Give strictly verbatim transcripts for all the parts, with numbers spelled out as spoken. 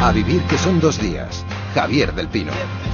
A vivir que son dos días. Javier del Pino.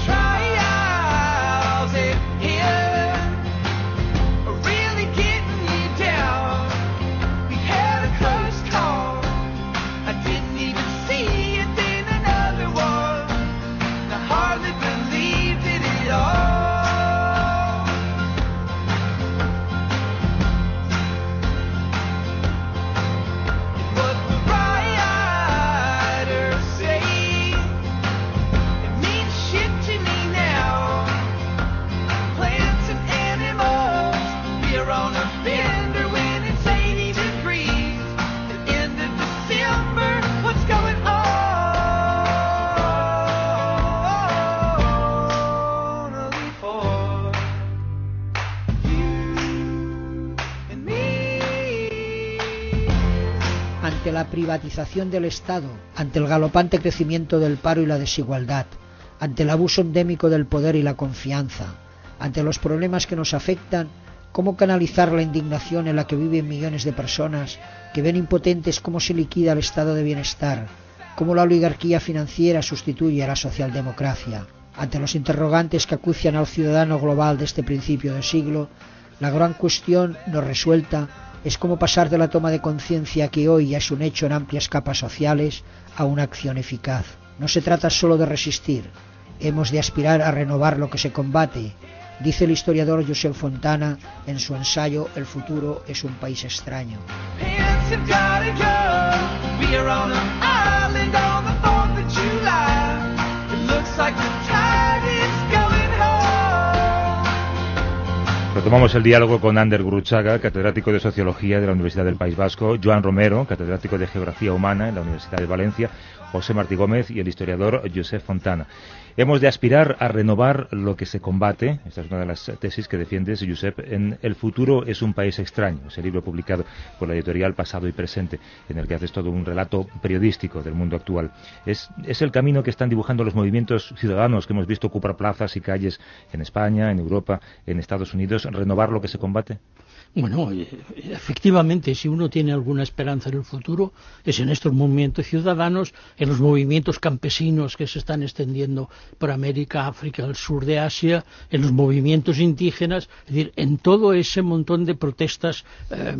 Ante la privatización del Estado, ante el galopante crecimiento del paro y la desigualdad, ante el abuso endémico del poder y la confianza, ante los problemas que nos afectan, ¿cómo canalizar la indignación en la que viven millones de personas que ven impotentes cómo se liquida el estado de bienestar, cómo la oligarquía financiera sustituye a la socialdemocracia? Ante los interrogantes que acucian al ciudadano global de este principio de siglo, la gran cuestión no resuelta es cómo pasar de la toma de conciencia que hoy ya es un hecho en amplias capas sociales a una acción eficaz. No se trata solo de resistir, hemos de aspirar a renovar lo que se combate, dice el historiador Josep Fontana en su ensayo El futuro es un país extraño. Retomamos el diálogo con Ander Gurruchaga, catedrático de Sociología de la Universidad del País Vasco, Joan Romero, catedrático de Geografía Humana en la Universidad de Valencia, José Martí Gómez y el historiador Josep Fontana. Hemos de aspirar a renovar lo que se combate, esta es una de las tesis que defiendes, Josep, en El futuro es un país extraño, ese libro publicado por la editorial Pasado y Presente, en el que haces todo un relato periodístico del mundo actual. ¿Es, es el camino que están dibujando los movimientos ciudadanos que hemos visto ocupar plazas y calles en España, en Europa, en Estados Unidos, renovar lo que se combate? Bueno, efectivamente, si uno tiene alguna esperanza en el futuro, es en estos movimientos ciudadanos, en los movimientos campesinos que se están extendiendo por América, África, el sur de Asia, en los movimientos indígenas, es decir, en todo ese montón de protestas eh,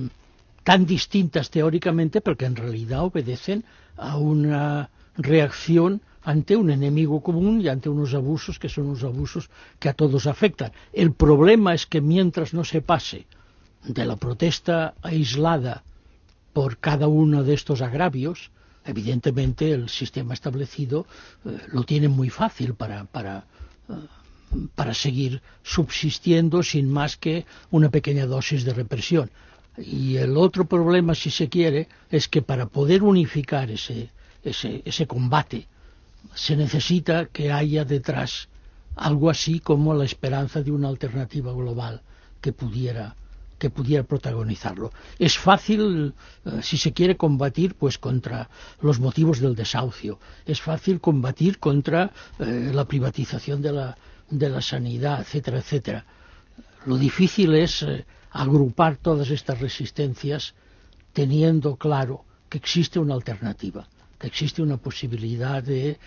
tan distintas teóricamente, pero que en realidad obedecen a una reacción ante un enemigo común y ante unos abusos que son unos abusos que a todos afectan. El problema es que mientras no se pase de la protesta aislada por cada uno de estos agravios, evidentemente el sistema establecido eh, lo tiene muy fácil para, para, eh, para seguir subsistiendo sin más que una pequeña dosis de represión. Y el otro problema, si se quiere, es que para poder unificar ese, ese, ese combate se necesita que haya detrás algo así como la esperanza de una alternativa global que pudiera que pudiera protagonizarlo. Es fácil, eh, si se quiere, combatir pues contra los motivos del desahucio. Es fácil combatir contra eh, la privatización de la, de la sanidad, etcétera, etcétera. Lo difícil es eh, agrupar todas estas resistencias teniendo claro que existe una alternativa, que existe una posibilidad de eh,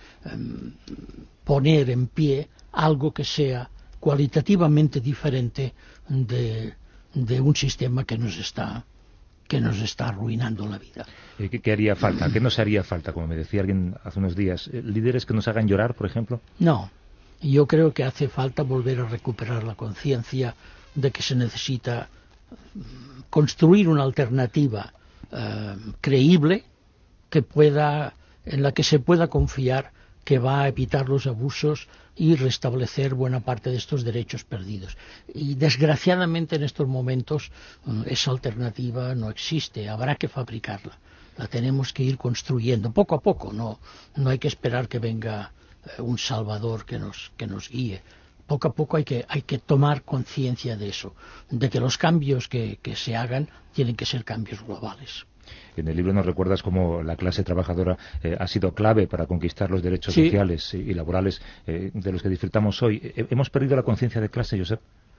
poner en pie algo que sea cualitativamente diferente de de un sistema que nos está que nos está arruinando la vida. ¿Qué, qué haría falta? ¿Qué nos haría falta? Como me decía alguien hace unos días, ¿líderes que nos hagan llorar, por ejemplo? No, yo creo que hace falta volver a recuperar la conciencia de que se necesita construir una alternativa eh, creíble que pueda, en la que se pueda confiar que va a evitar los abusos y restablecer buena parte de estos derechos perdidos. Y desgraciadamente en estos momentos esa alternativa no existe, habrá que fabricarla, la tenemos que ir construyendo poco a poco, no, no hay que esperar que venga un salvador que nos, que nos guíe. Poco a poco hay que, hay que tomar conciencia de eso, de que los cambios que, que se hagan tienen que ser cambios globales. En el libro nos recuerdas cómo la clase trabajadora eh, ha sido clave para conquistar los derechos sí. sociales y laborales eh, de los que disfrutamos hoy. ¿Hemos perdido la conciencia de clase, Josep?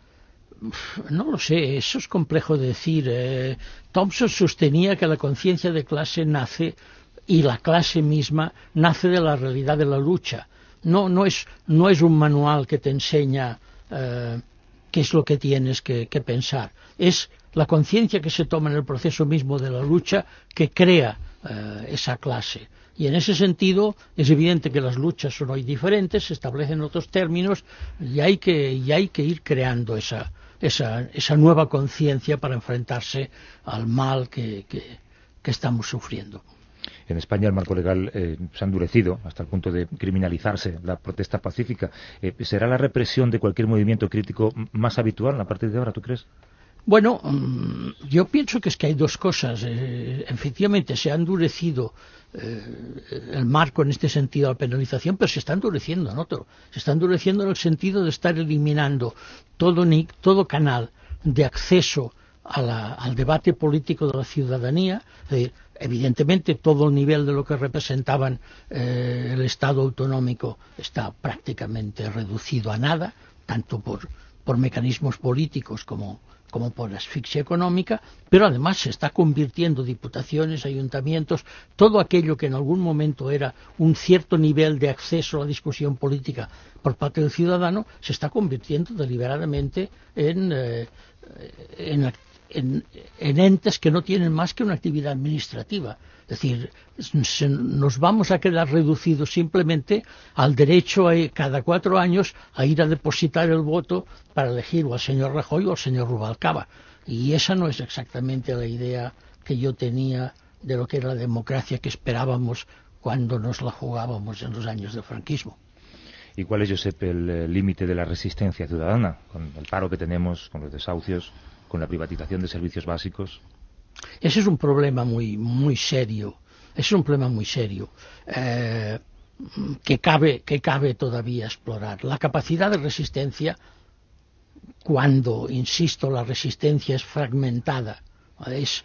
No lo sé, eso es complejo de decir. Eh, Thompson sostenía que la conciencia de clase nace y la clase misma nace de la realidad de la lucha. No, no, es, no es un manual que te enseña eh, qué es lo que tienes que, que pensar. Es la conciencia que se toma en el proceso mismo de la lucha que crea eh, esa clase. Y en ese sentido es evidente que las luchas son hoy diferentes, se establecen otros términos y hay que, y hay que ir creando esa, esa, esa nueva conciencia para enfrentarse al mal que, que, que estamos sufriendo. En España el marco legal eh, se ha endurecido hasta el punto de criminalizarse la protesta pacífica. Eh, ¿Será la represión de cualquier movimiento crítico más habitual a partir de ahora, tú crees? Bueno, yo pienso que es que hay dos cosas. Eh, efectivamente, se ha endurecido eh, el marco en este sentido, la penalización, pero se está endureciendo en otro. Se está endureciendo en el sentido de estar eliminando todo, todo canal de acceso a la, al debate político de la ciudadanía. Es decir, evidentemente todo el nivel de lo que representaban eh, el Estado autonómico está prácticamente reducido a nada, tanto por, por mecanismos políticos como como por asfixia económica, pero además se está convirtiendo diputaciones, ayuntamientos, todo aquello que en algún momento era un cierto nivel de acceso a la discusión política por parte del ciudadano, se está convirtiendo deliberadamente en, eh, en, en, en entes que no tienen más que una actividad administrativa. Es decir, se, nos vamos a quedar reducidos simplemente al derecho a, cada cuatro años a ir a depositar el voto para elegir o al señor Rajoy o al señor Rubalcaba. Y esa no es exactamente la idea que yo tenía de lo que era la democracia que esperábamos cuando nos la jugábamos en los años del franquismo. ¿Y cuál es, Josep, el límite de la resistencia ciudadana? Con el paro que tenemos, con los desahucios, con la privatización de servicios básicos. Ese es un problema muy muy serio, ese es un problema muy serio eh, que cabe que cabe todavía explorar. La capacidad de resistencia, cuando, insisto, la resistencia es fragmentada, es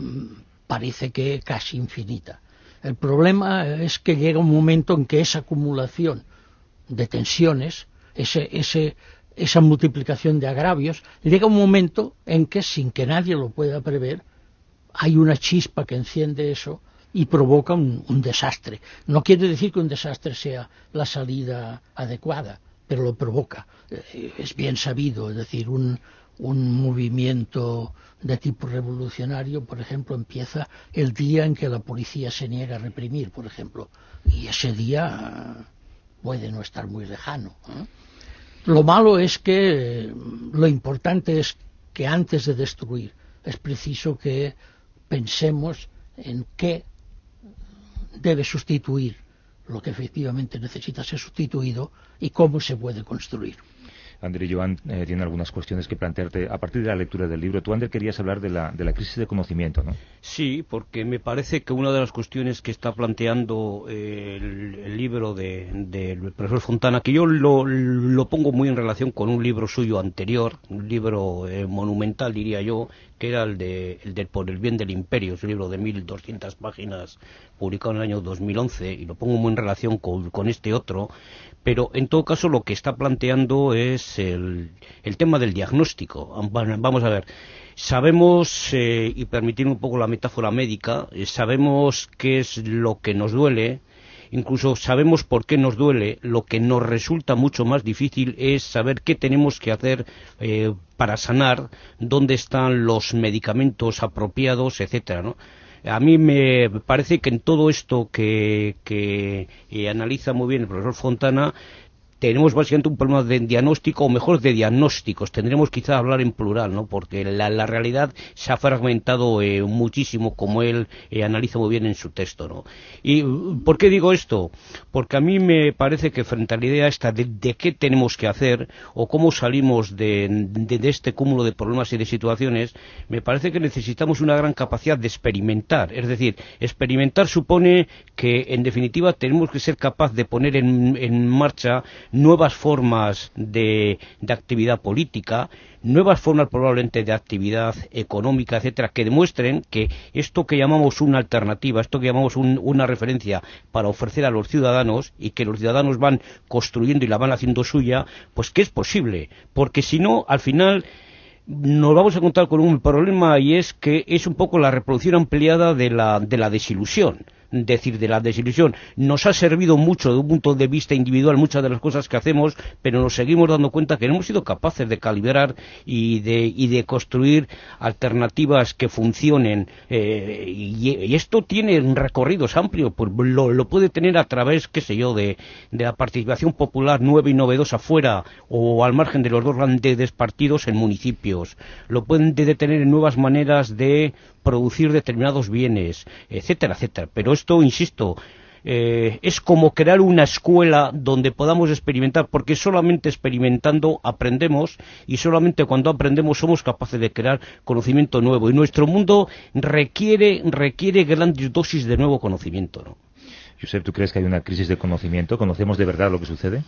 parece que casi infinita. El problema es que llega un momento en que esa acumulación de tensiones, ese ese esa multiplicación de agravios, llega un momento en que, sin que nadie lo pueda prever, hay una chispa que enciende eso y provoca un, un desastre. No quiere decir que un desastre sea la salida adecuada, pero lo provoca. Eh, es bien sabido, es decir, un, un movimiento de tipo revolucionario, por ejemplo, empieza el día en que la policía se niega a reprimir, por ejemplo, y ese día puede no estar muy lejano, ¿eh? Lo malo es que eh, lo importante es que antes de destruir es preciso que pensemos en qué debe sustituir lo que efectivamente necesita ser sustituido y cómo se puede construir. Ander y Joan eh, tienen algunas cuestiones que plantearte a partir de la lectura del libro. Tú, Ander, querías hablar de la, de la crisis de conocimiento, ¿no? Sí, porque me parece que una de las cuestiones que está planteando eh, el, el libro del de, de profesor Fontana, que yo lo, lo pongo muy en relación con un libro suyo anterior, un libro eh, monumental, diría yo, que era el de, el de Por el bien del imperio, es un libro de mil doscientas páginas, publicado en el año dos mil once, y lo pongo muy en relación con, con este otro, pero en todo caso lo que está planteando es el, el tema del diagnóstico. Vamos a ver, sabemos, eh, y permitirme un poco la metáfora médica, eh, sabemos qué es lo que nos duele, incluso sabemos por qué nos duele. Lo que nos resulta mucho más difícil es saber qué tenemos que hacer eh, para sanar, dónde están los medicamentos apropiados, etcétera, ¿no? A mí me parece que en todo esto que, que eh, analiza muy bien el profesor Fontana, tenemos básicamente un problema de diagnóstico, o mejor de diagnósticos. Tendremos quizá hablar en plural, ¿no? Porque la, la realidad se ha fragmentado eh, muchísimo, como él eh, analiza muy bien en su texto, ¿no? ¿Y por qué digo esto? Porque a mí me parece que frente a la idea esta de, de qué tenemos que hacer o cómo salimos de, de, de este cúmulo de problemas y de situaciones, me parece que necesitamos una gran capacidad de experimentar. Es decir, experimentar supone que, en definitiva, tenemos que ser capaces de poner en, en marcha nuevas formas de, de actividad política, nuevas formas probablemente de actividad económica, etcétera, que demuestren que esto que llamamos una alternativa, esto que llamamos un, una referencia para ofrecer a los ciudadanos, y que los ciudadanos van construyendo y la van haciendo suya, pues que es posible, porque si no, al final nos vamos a encontrar con un problema, y es que es un poco la reproducción ampliada de la, de la desilusión. decir de la desilusión. Nos ha servido mucho de un punto de vista individual muchas de las cosas que hacemos, pero nos seguimos dando cuenta que no hemos sido capaces de calibrar y de, y de construir alternativas que funcionen, eh, y, y esto tiene recorridos amplios, pues lo, lo puede tener a través, qué sé yo, de, de la participación popular nueva y novedosa fuera o al margen de los dos grandes partidos en municipios, lo pueden de tener en nuevas maneras de producir determinados bienes, etcétera, etcétera. Pero esto, insisto, eh, es como crear una escuela donde podamos experimentar, porque solamente experimentando aprendemos, y solamente cuando aprendemos somos capaces de crear conocimiento nuevo, y nuestro mundo requiere, requiere grandes dosis de nuevo conocimiento, ¿no? Josep, ¿tú crees que hay una crisis de conocimiento? ¿Conocemos de verdad lo que sucede?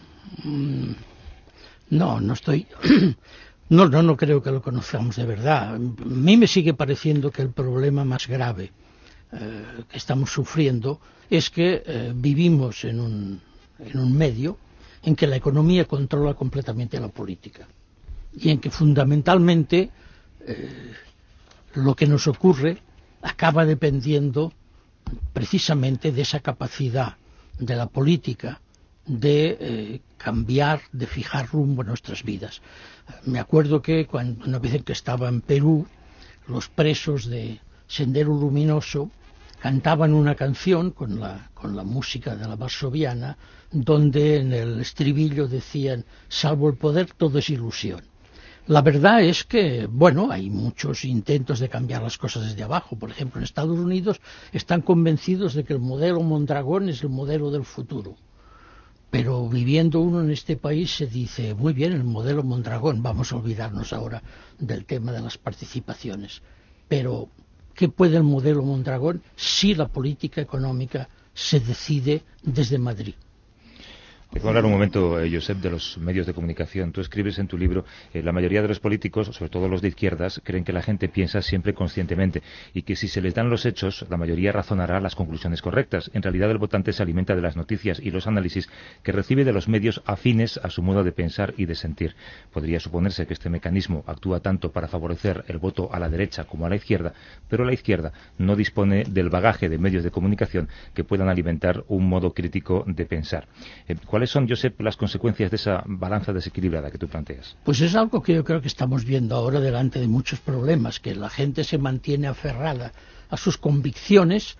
No, no estoy... No, no, no creo que lo conozcamos de verdad. A mí me sigue pareciendo que el problema más grave eh, que estamos sufriendo es que eh, vivimos en un, en un medio en que la economía controla completamente la política y en que fundamentalmente eh, lo que nos ocurre acaba dependiendo precisamente de esa capacidad de la política de eh, cambiar, de fijar rumbo a nuestras vidas. Me acuerdo que cuando una vez que estaba en Perú, los presos de Sendero Luminoso cantaban una canción con la, con la música de la varsoviana, donde en el estribillo decían: salvo el poder todo es ilusión. La verdad es que, bueno, hay muchos intentos de cambiar las cosas desde abajo. Por ejemplo, en Estados Unidos están convencidos de que el modelo Mondragón es el modelo del futuro. Pero viviendo uno en este país se dice, muy bien, el modelo Mondragón, vamos a olvidarnos ahora del tema de las participaciones. Pero, ¿qué puede el modelo Mondragón si la política económica se decide desde Madrid? Quiero hablar un momento, eh, Josep, de los medios de comunicación. Tú escribes en tu libro, eh, la mayoría de los políticos, sobre todo los de izquierdas, creen que la gente piensa siempre conscientemente y que si se les dan los hechos, la mayoría razonará las conclusiones correctas. En realidad el votante se alimenta de las noticias y los análisis que recibe de los medios afines a su modo de pensar y de sentir. Podría suponerse que este mecanismo actúa tanto para favorecer el voto a la derecha como a la izquierda, pero la izquierda no dispone del bagaje de medios de comunicación que puedan alimentar un modo crítico de pensar. Eh, ¿Cuáles son, Josep, las consecuencias de esa balanza desequilibrada que tú planteas? Pues es algo que yo creo que estamos viendo ahora delante de muchos problemas, que la gente se mantiene aferrada a sus convicciones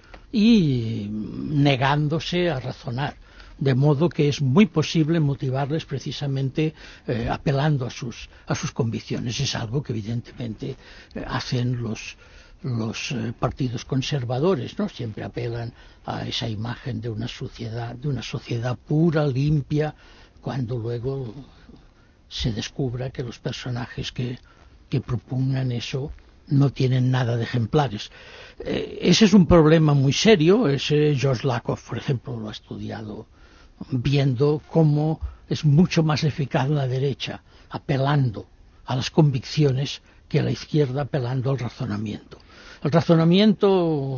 y negándose a razonar. De modo que es muy posible motivarles precisamente eh, apelando a sus, a sus convicciones. Es algo que evidentemente eh, hacen los... los eh, partidos conservadores, ¿no? Siempre apelan a esa imagen de una sociedad, de una sociedad pura, limpia, cuando luego se descubra que los personajes que, que propugnan eso no tienen nada de ejemplares. Eh, ese es un problema muy serio. Ese George Lakoff, por ejemplo, lo ha estudiado viendo cómo es mucho más eficaz la derecha apelando a las convicciones que la izquierda apelando al razonamiento. El razonamiento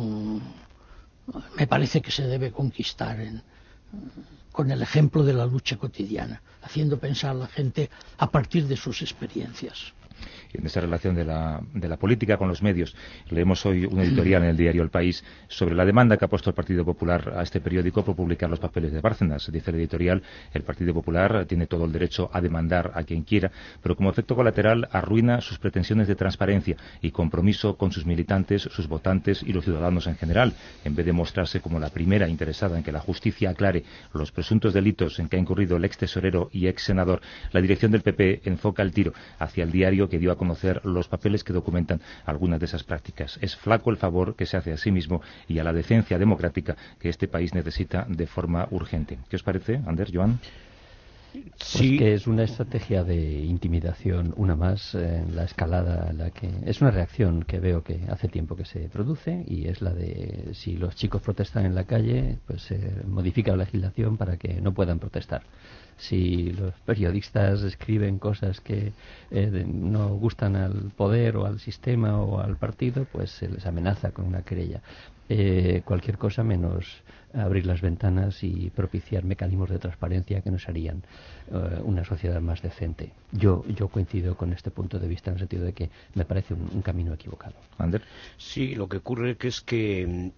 me parece que se debe conquistar en, con el ejemplo de la lucha cotidiana, haciendo pensar a la gente a partir de sus experiencias. En esa relación de la, de la política con los medios, leemos hoy un editorial en el diario El País sobre la demanda que ha puesto el Partido Popular a este periódico por publicar los papeles de Bárcenas. Dice el editorial, el Partido Popular tiene todo el derecho a demandar a quien quiera, pero como efecto colateral arruina sus pretensiones de transparencia y compromiso con sus militantes, sus votantes y los ciudadanos en general. En vez de mostrarse como la primera interesada en que la justicia aclare los presuntos delitos en que ha incurrido el ex tesorero y ex senador, la dirección del P P enfoca el tiro hacia el diario que dio a conocer los papeles que documentan algunas de esas prácticas. Es flaco el favor que se hace a sí mismo y a la decencia democrática que este país necesita de forma urgente. ¿Qué os parece, Ander, Joan? Pues Sí. que es una estrategia de intimidación, una más en la escalada, en la que es una reacción que veo que hace tiempo que se produce, y es la de si los chicos protestan en la calle, pues se modifica la legislación para que no puedan protestar. Si los periodistas escriben cosas que eh, no gustan al poder o al sistema o al partido, pues se les amenaza con una querella. Eh, cualquier cosa menos abrir las ventanas y propiciar mecanismos de transparencia que nos harían uh, una sociedad más decente. Yo yo coincido con este punto de vista en el sentido de que me parece un, un camino equivocado. Ander. Sí, lo que ocurre que es que el,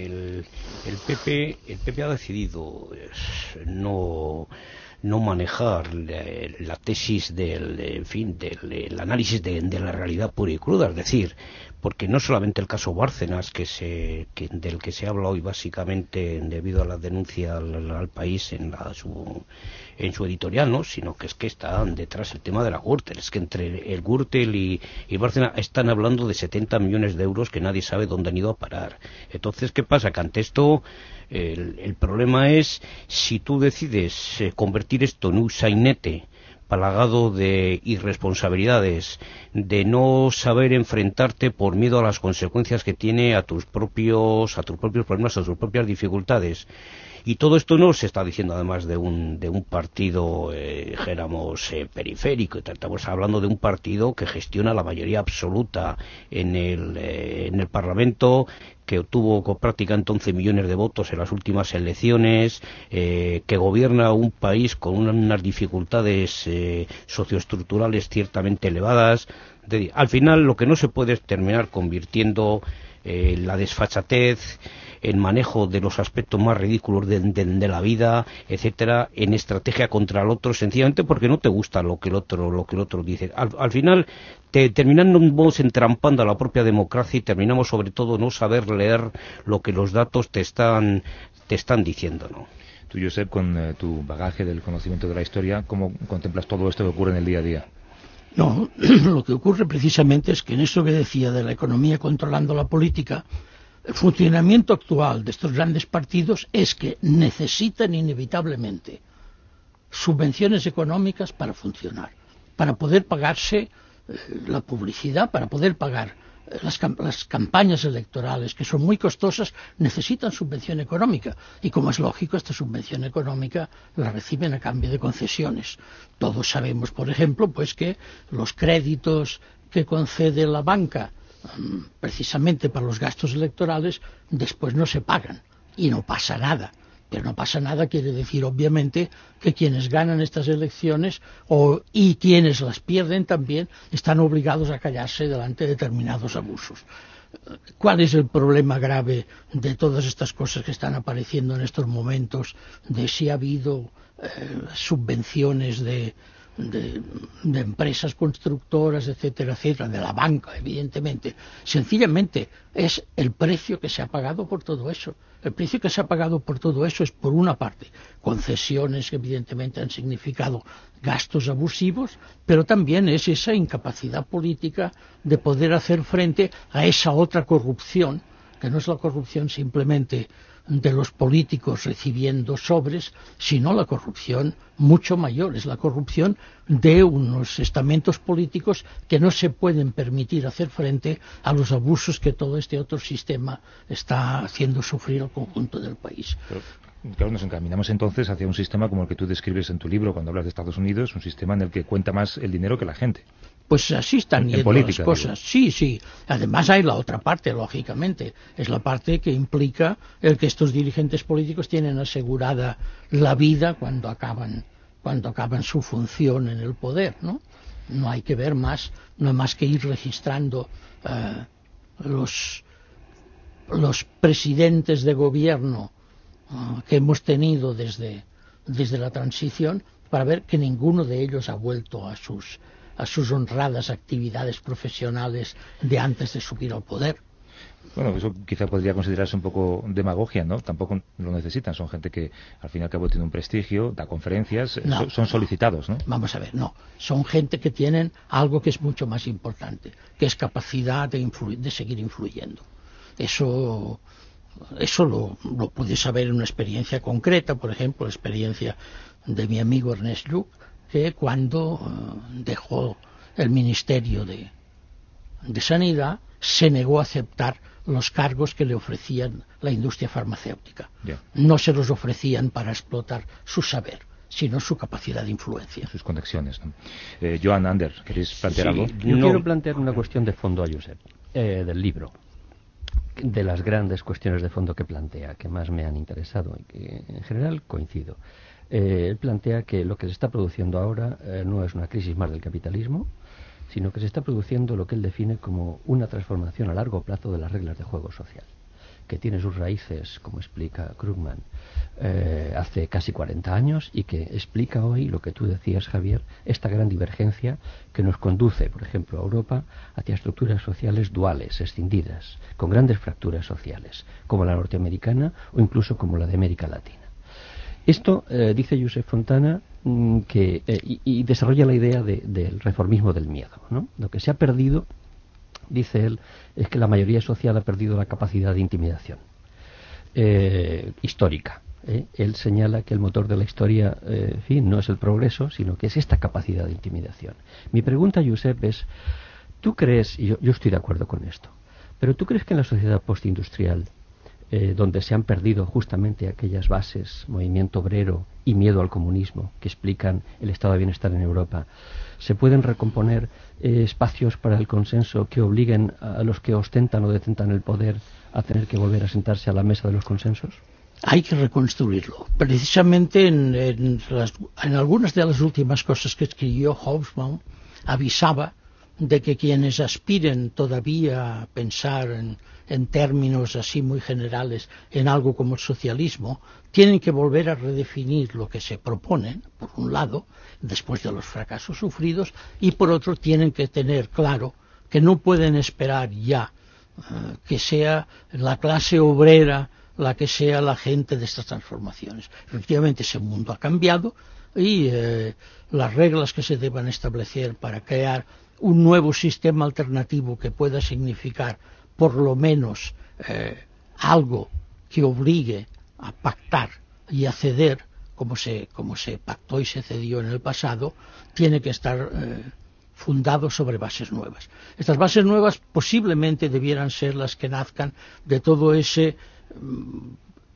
el P P el P P ha decidido eh, no no manejar la, la tesis del, en fin, del el análisis de, de la realidad pura y cruda, es decir, porque no solamente el caso Bárcenas, que se, que, del que se habla hoy básicamente debido a la denuncia al, al país en, la, su, en su editorial, ¿no? Sino que es que está detrás el tema de la Gürtel, es que entre el Gürtel y, y Bárcenas están hablando de setenta millones de euros que nadie sabe dónde han ido a parar. Entonces, ¿qué pasa? Que ante esto el, el problema es si tú decides eh, convertir esto en un sainete plagado de irresponsabilidades, de no saber enfrentarte por miedo a las consecuencias que tiene a tus propios, a tus propios problemas, a tus propias dificultades. Y todo esto no se está diciendo además de un, de un partido, eh, dijéramos, eh, periférico. Estamos hablando de un partido que gestiona la mayoría absoluta en el, eh, en el Parlamento, que obtuvo prácticamente once millones de votos en las últimas elecciones, eh, que gobierna un país con unas dificultades eh, socioestructurales ciertamente elevadas. De, al final lo que no se puede es terminar convirtiendo eh, la desfachatez, el manejo de los aspectos más ridículos de, de, de la vida, etcétera, en estrategia contra el otro, sencillamente porque no te gusta lo que el otro, lo que el otro dice. Al, al final te terminamos entrampando a la propia democracia y terminamos sobre todo no saber leer lo que los datos te están, te están diciendo, ¿no? Tú, Josep, con eh, tu bagaje del conocimiento de la historia, ¿cómo contemplas todo esto que ocurre en el día a día? No, lo que ocurre precisamente es que en eso que decía de la economía controlando la política, el funcionamiento actual de estos grandes partidos es que necesitan inevitablemente subvenciones económicas para funcionar, para poder pagarse eh, la publicidad, para poder pagar eh, las, las campañas electorales, que son muy costosas, necesitan subvención económica. Y como es lógico, esta subvención económica la reciben a cambio de concesiones. Todos sabemos, por ejemplo, pues que los créditos que concede la banca precisamente para los gastos electorales después no se pagan y no pasa nada. Pero no pasa nada quiere decir obviamente que quienes ganan estas elecciones o, y quienes las pierden también están obligados a callarse delante de determinados abusos. ¿Cuál es el problema grave de todas estas cosas que están apareciendo en estos momentos, de si ha habido eh, subvenciones de De, de empresas constructoras, etcétera, etcétera, de la banca, evidentemente? Sencillamente es el precio que se ha pagado por todo eso. El precio que se ha pagado por todo eso es, por una parte, concesiones que evidentemente han significado gastos abusivos, pero también es esa incapacidad política de poder hacer frente a esa otra corrupción, que no es la corrupción simplemente de los políticos recibiendo sobres, sino la corrupción mucho mayor, es la corrupción de unos estamentos políticos que no se pueden permitir hacer frente a los abusos que todo este otro sistema está haciendo sufrir al conjunto del país. Pero, claro, nos encaminamos entonces hacia un sistema como el que tú describes en tu libro cuando hablas de Estados Unidos, un sistema en el que cuenta más el dinero que la gente. Pues así están en, yendo en política, las cosas. Digo. Sí, sí. Además hay la otra parte, lógicamente. Es la parte que implica el que estos dirigentes políticos tienen asegurada la vida cuando acaban, cuando acaban su función en el poder, ¿no? No hay que ver más, no hay más que ir registrando uh, los, los presidentes de gobierno uh, que hemos tenido desde, desde la transición para ver que ninguno de ellos ha vuelto a sus a sus honradas actividades profesionales de antes de subir al poder. Bueno, eso quizá podría considerarse un poco demagogia, ¿no? Tampoco lo necesitan, son gente que al fin y al cabo tiene un prestigio, da conferencias, no, son solicitados, ¿no? Vamos a ver, no, son gente que tienen algo que es mucho más importante, que es capacidad de, influ- de seguir influyendo. Eso, eso lo, lo pude saber en una experiencia concreta, por ejemplo, la experiencia de mi amigo Ernest Lluch, que cuando uh, dejó el Ministerio de, de Sanidad se negó a aceptar los cargos que le ofrecían la industria farmacéutica. Yeah. No se los ofrecían para explotar su saber, sino su capacidad de influencia. Sus conexiones, ¿no? Eh, Joan, Ander, ¿queréis plantear sí, algo? Yo no. quiero plantear una cuestión de fondo a Josep, eh, del libro, de las grandes cuestiones de fondo que plantea, que más me han interesado y que en general coincido. Eh, él plantea que lo que se está produciendo ahora eh, no es una crisis más del capitalismo, sino que se está produciendo lo que él define como una transformación a largo plazo de las reglas de juego social, que tiene sus raíces, como explica Krugman, eh, hace casi cuarenta años, y que explica hoy lo que tú decías, Javier, esta gran divergencia que nos conduce, por ejemplo, a Europa hacia estructuras sociales duales, escindidas, con grandes fracturas sociales, como la norteamericana o incluso como la de América Latina. Esto, eh, dice Josep Fontana, mmm, que, eh, y, y desarrolla la idea de, del reformismo del miedo, ¿no? Lo que se ha perdido, dice él, es que la mayoría social ha perdido la capacidad de intimidación eh, histórica. ¿eh? Él señala que el motor de la historia, eh, en fin, no es el progreso, sino que es esta capacidad de intimidación. Mi pregunta, Josep, es, ¿tú crees, y yo, yo estoy de acuerdo con esto, pero tú crees que en la sociedad postindustrial, Eh, donde se han perdido justamente aquellas bases, movimiento obrero y miedo al comunismo, que explican el estado de bienestar en Europa, se pueden recomponer eh, espacios para el consenso que obliguen a los que ostentan o detentan el poder a tener que volver a sentarse a la mesa de los consensos? Hay que reconstruirlo. Precisamente en, en, las, en algunas de las últimas cosas que escribió Hobsbawm, avisaba de que quienes aspiren todavía a pensar en, en términos así muy generales en algo como el socialismo, tienen que volver a redefinir lo que se proponen, por un lado, después de los fracasos sufridos, y por otro tienen que tener claro que no pueden esperar ya uh, que sea la clase obrera la que sea la gente de estas transformaciones. Efectivamente, ese mundo ha cambiado y eh, las reglas que se deban establecer para crear un nuevo sistema alternativo que pueda significar por lo menos eh, algo que obligue a pactar y a ceder, como se, como se pactó y se cedió en el pasado, tiene que estar eh, fundado sobre bases nuevas. Estas bases nuevas posiblemente debieran ser las que nazcan de todo ese mm,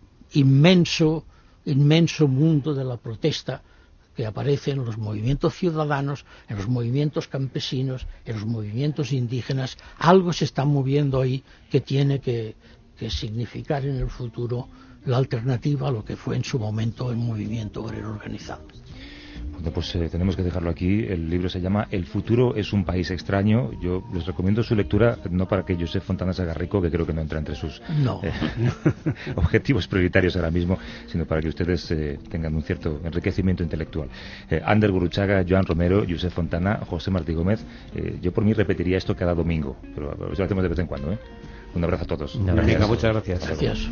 inmenso, inmenso mundo de la protesta que aparece en los movimientos ciudadanos, en los movimientos campesinos, en los movimientos indígenas. Algo se está moviendo ahí que tiene que, que significar en el futuro la alternativa a lo que fue en su momento el movimiento obrero organizado. Bueno, pues eh, tenemos que dejarlo aquí. El libro se llama El futuro es un país extraño. Yo les recomiendo su lectura, no para que Josep Fontana se haga rico, que creo que no entra entre sus no. eh, objetivos prioritarios ahora mismo, sino para que ustedes eh, tengan un cierto enriquecimiento intelectual. Eh, Ander Gurruchaga, Joan Romero, Josep Fontana, José Martí Gómez. Eh, yo por mí repetiría esto cada domingo, pero a ver si lo hacemos de vez en cuando. ¿eh? Un abrazo a todos. No, venga, muchas gracias. Gracias.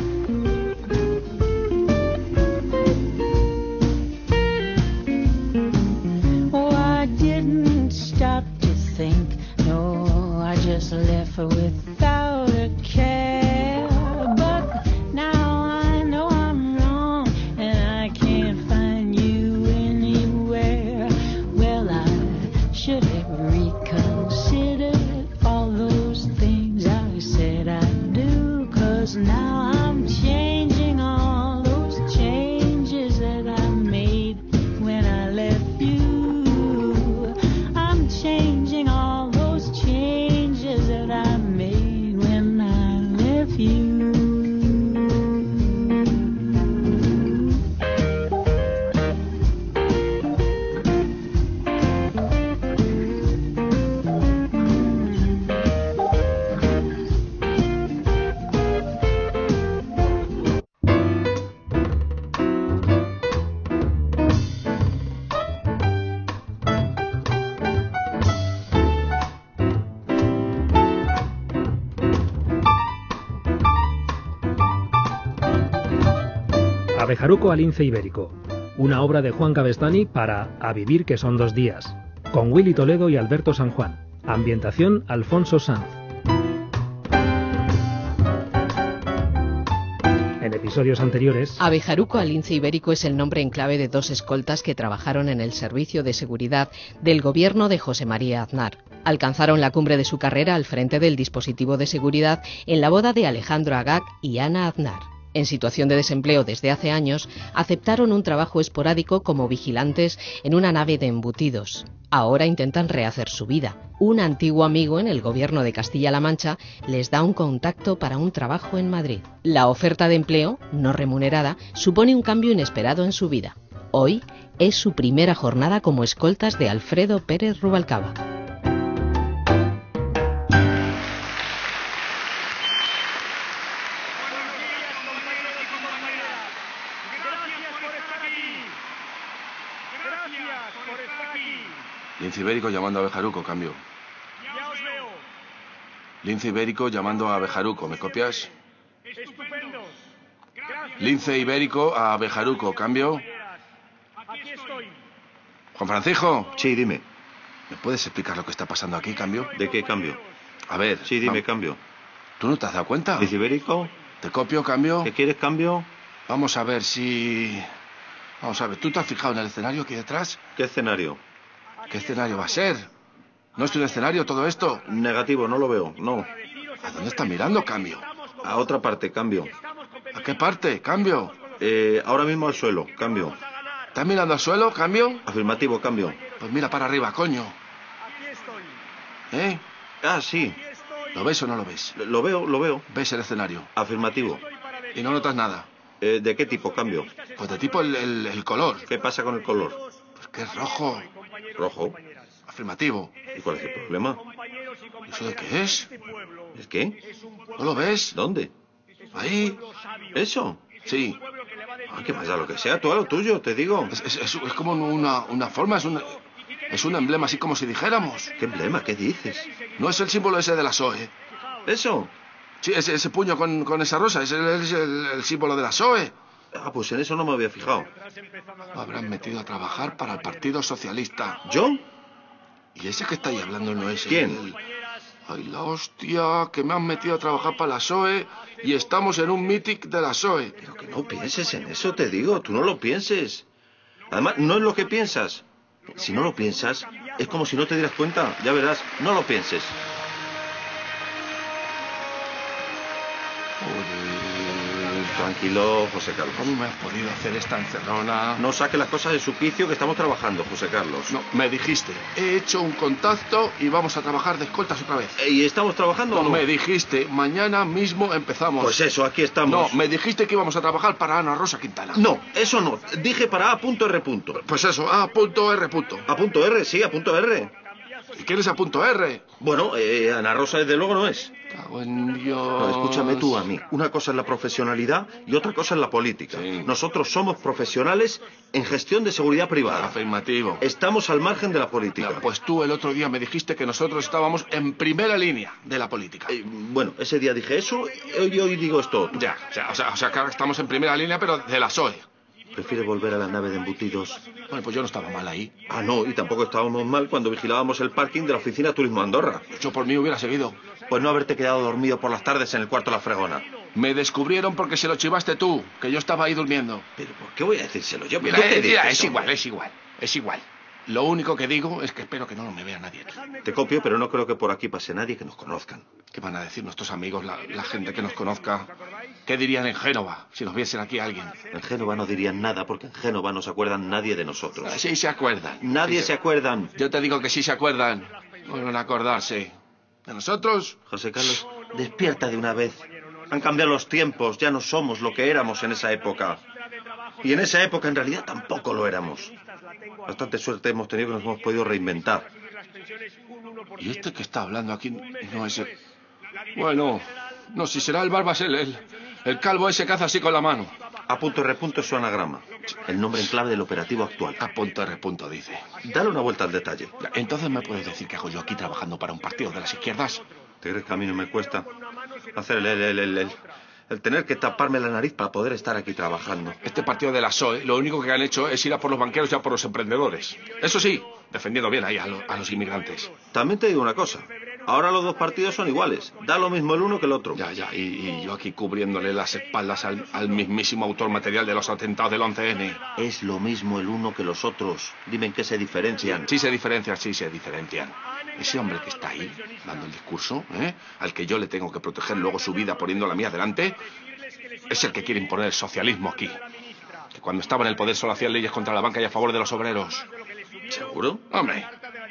Stop to think, no, I just left without a care, but now I know I'm wrong, and I can't find you anywhere. Well, I should have reconsidered all those things I said I'd do, 'cause now I'm changing all those changes that I made when I left you. Changing all those changes that I made when I left you. Abejaruco al lince ibérico, una obra de Juan Gavestani para A vivir que son dos días, con Willy Toledo y Alberto San Juan, ambientación Alfonso Sanz. En episodios anteriores... Abejaruco al lince ibérico es el nombre en clave de dos escoltas que trabajaron en el servicio de seguridad del gobierno de José María Aznar. Alcanzaron la cumbre de su carrera al frente del dispositivo de seguridad en la boda de Alejandro Agag y Ana Aznar. en situación de desempleo desde hace años, aceptaron un trabajo esporádico como vigilantes en una nave de embutidos. Ahora intentan rehacer su vida. Un antiguo amigo en el gobierno de Castilla-La Mancha les da un contacto para un trabajo en Madrid. La oferta de empleo, no remunerada, supone un cambio inesperado en su vida. Hoy es su primera jornada como escoltas de Alfredo Pérez Rubalcaba. Lince Ibérico llamando a Bejaruco, cambio. Ya os veo. Lince Ibérico llamando a Bejaruco, ¿me copias? Estupendos. Gracias. Lince Ibérico a Bejaruco, cambio. Aquí estoy. Juan Francisco. Sí, dime. ¿Me puedes explicar lo que está pasando aquí, cambio? ¿De qué cambio? A ver. Sí, dime, vamos. cambio. ¿Tú no te has dado cuenta? ¿Lince Ibérico? ¿Te copio, cambio? ¿Qué quieres, cambio? Vamos a ver si... Vamos a ver, ¿tú te has fijado en el escenario aquí detrás? ¿Qué escenario? ¿Qué escenario va a ser? ¿No es un escenario todo esto? Negativo, no lo veo, no. ¿A dónde está mirando, cambio? A otra parte, cambio. ¿A qué parte, cambio? Eh, ahora mismo al suelo, cambio. ¿Estás mirando al suelo, cambio? Afirmativo, cambio. Pues mira para arriba, coño. ¿Eh? Ah, sí. ¿Lo ves o no lo ves? Lo veo, lo veo. ¿Ves el escenario? Afirmativo. ¿Y no notas nada? Eh, ¿De qué tipo, cambio? Pues de tipo el, el, el color. ¿Qué pasa con el color? Pues que es rojo. ¿Rojo? Afirmativo. ¿Y cuál es el problema? ¿Y eso de qué es? ¿Es qué? ¿No lo ves? ¿Dónde? Ahí. ¿Eso? Sí. Ah, ¿qué pasa? Lo que sea, tú a lo tuyo, te digo. Es, es, es, es como una, una forma, es un, es un emblema, así como si dijéramos. ¿Qué emblema? ¿Qué dices? ¿No es el símbolo ese de la S O E? ¿Eso? Sí, ese, ese puño con, con esa rosa, ese es el, el símbolo de la S O E. Ah, pues en eso no me había fijado. Lo habrán metido a trabajar para el Partido Socialista. ¿Yo? Y ese que está ahí hablando no es ¿Quién? El... Ay, la hostia, que me han metido a trabajar para la S O E y estamos en un mític de la S O E. Pero que no pienses en eso, te digo, tú no lo pienses. Además, no es lo que piensas. Si no lo piensas, es como si no te dieras cuenta. Ya verás, no lo pienses. Joder. Tranquilo, José Carlos. ¿Cómo me has podido hacer esta encerrona? No saque las cosas de su quicio, que estamos trabajando, José Carlos. No, me dijiste, he hecho un contacto y vamos a trabajar de escoltas otra vez. ¿Y estamos trabajando no, o no? Me dijiste, mañana mismo empezamos. Pues eso, aquí estamos. No, me dijiste que íbamos a trabajar para Ana Rosa Quintana. No, eso no. Dije para A punto R punto. Pues eso, A punto R punto. A punto R, sí, A punto R. ¿Y quién es A punto R? Bueno, eh, Ana Rosa desde luego no es. Cago en Dios. No, escúchame tú a mí. Una cosa es la profesionalidad y otra cosa es la política. Sí. Nosotros somos profesionales en gestión de seguridad privada. Afirmativo. Estamos al margen de la política. No, pues tú el otro día me dijiste que nosotros estábamos en primera línea de la política. Eh, bueno, ese día dije eso y hoy digo esto. Ya, ya, o sea, o sea, que ahora estamos en primera línea, pero de la S O E. ¿Prefiere volver a la nave de embutidos? Bueno, pues yo no estaba mal ahí. Ah, no, y tampoco estábamos mal cuando vigilábamos el parking de la oficina Turismo Andorra. Yo por mí hubiera seguido. Pues no haberte quedado dormido por las tardes en el cuarto de la fregona. Me descubrieron porque se lo chivaste tú, que yo estaba ahí durmiendo. ¿Pero por qué voy a decírselo yo? Mira, ¿Qué te eh, mira, dices, es hombre? igual, es igual, es igual. Lo único que digo es que espero que no me vea nadie. Te copio, pero no creo que por aquí pase nadie que nos conozcan. ¿Qué van a decir nuestros amigos, la, la gente que nos conozca? ¿Qué dirían en Génova si nos viesen aquí alguien? En Génova no dirían nada porque en Génova no se acuerdan nadie de nosotros. Sí se acuerdan. Nadie sí se acuerdan. Yo te digo que sí se acuerdan. Vuelven a acordarse. ¿De nosotros? José Carlos, despierta de una vez. Han cambiado los tiempos, ya no somos lo que éramos en esa época. Y en esa época en realidad tampoco lo éramos. Bastante suerte hemos tenido que nos hemos podido reinventar. ¿Y este que está hablando aquí no es el... Bueno, no, si será el Barbas, el, el, el calvo ese que hace así con la mano. A punto R punto es su anagrama. El nombre en clave del operativo actual. A punto R punto dice. Dale una vuelta al detalle. Entonces me puedes decir qué hago yo aquí trabajando para un partido de las izquierdas. ¿Te crees que a mí no me cuesta hacer el, el, el, el, el, el tener que taparme la nariz para poder estar aquí trabajando? Este partido de la S O E, lo único que han hecho es ir a por los banqueros y a por los emprendedores. Eso sí, defendiendo bien ahí a, lo, a los inmigrantes. También te digo una cosa. Ahora los dos partidos son iguales. Da lo mismo el uno que el otro. Ya, ya, y, y yo aquí cubriéndole las espaldas al, al mismísimo autor material de los atentados del once ene. Es lo mismo el uno que los otros. Dime en qué se diferencian. Sí se diferencian, sí se diferencian. Ese hombre que está ahí, dando el discurso, ¿eh? Al que yo le tengo que proteger luego su vida poniendo la mía delante, es el que quiere imponer el socialismo aquí. Que cuando estaba en el poder solo hacían leyes contra la banca y a favor de los obreros. ¿Seguro? Hombre.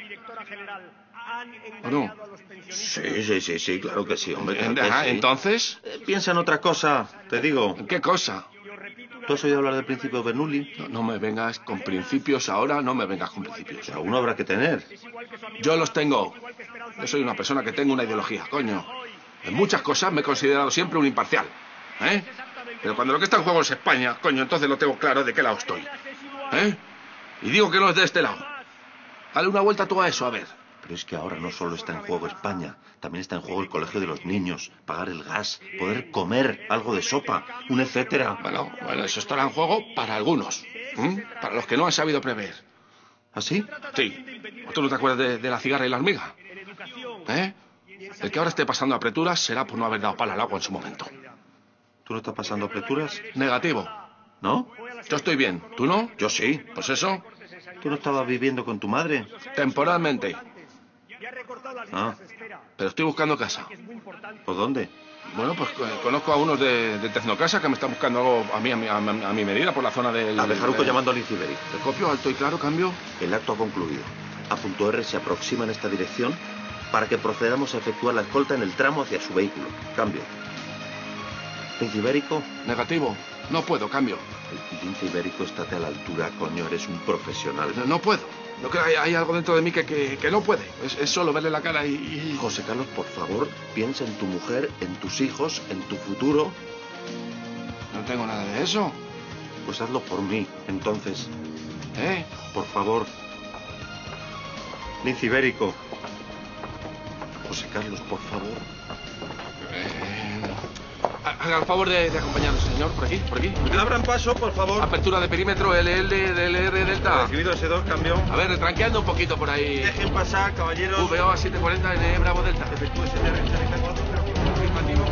¿O no? Sí, sí, sí, sí, claro que sí, hombre. Claro que Ajá, sí. ¿entonces? Eh, piensa en otra cosa, te digo. ¿Qué cosa? ¿Tú has oído hablar del principio Bernoulli? No, no me vengas con principios ahora, no me vengas con principios. Pero uno habrá que tener. Yo los tengo. Yo soy una persona que tengo una ideología, coño. En muchas cosas me he considerado siempre un imparcial, ¿eh? Pero cuando lo que está en juego es España, coño, entonces lo tengo claro de qué lado estoy, ¿eh? Y digo que no es de este lado. Dale una vuelta tú a eso, a ver. Pero es que ahora no solo está en juego España, también está en juego el colegio de los niños, pagar el gas, poder comer algo de sopa, un etcétera. Bueno, bueno, eso estará en juego para algunos, ¿eh? Para los que no han sabido prever. ¿Ah, sí? Sí. ¿O tú no te acuerdas de, de la cigarra y la hormiga? ¿Eh? El que ahora esté pasando apreturas será por no haber dado pala al agua en su momento. ¿Tú no estás pasando apreturas? Negativo. ¿No? Yo estoy bien. ¿Tú no? Yo sí. Pues eso. ¿Tú no estabas viviendo con tu madre? Temporalmente. Ah. Pero estoy buscando casa. ¿Por dónde? Bueno, pues eh, conozco a unos de, de Tecnocasa que me están buscando algo a mí, a mi, a, mi- a mi medida por la zona del... A Bejaruco del- llamando al Inciberi. ¿Te copio alto y claro, cambio? El acto ha concluido. A.R se aproxima en esta dirección para que procedamos a efectuar la escolta en el tramo hacia su vehículo. Cambio. ¿Lince ibérico? Negativo. No puedo, cambio. El lince ibérico, estate a la altura, coño, eres un profesional. No, no puedo. No creo que hay, hay algo dentro de mí que, que, que no puede. Es, es solo verle la cara y, y... José Carlos, por favor, piensa en tu mujer, en tus hijos, en tu futuro. No tengo nada de eso. Pues hazlo por mí, entonces. ¿Eh? Por favor. Lince ibérico. José Carlos, por favor. Eh, haga el favor de, de acompañarnos, señor, por aquí, por aquí. Por aquí. Abran paso, por favor. Apertura de perímetro L L D L R Delta. Recibido ese dos, cambio. A ver, tranqueando un poquito por ahí. Dejen pasar, caballeros. V O a siete cuarenta N Bravo Delta. Efectúe ese treinta y cuatro, pero con afirmativo.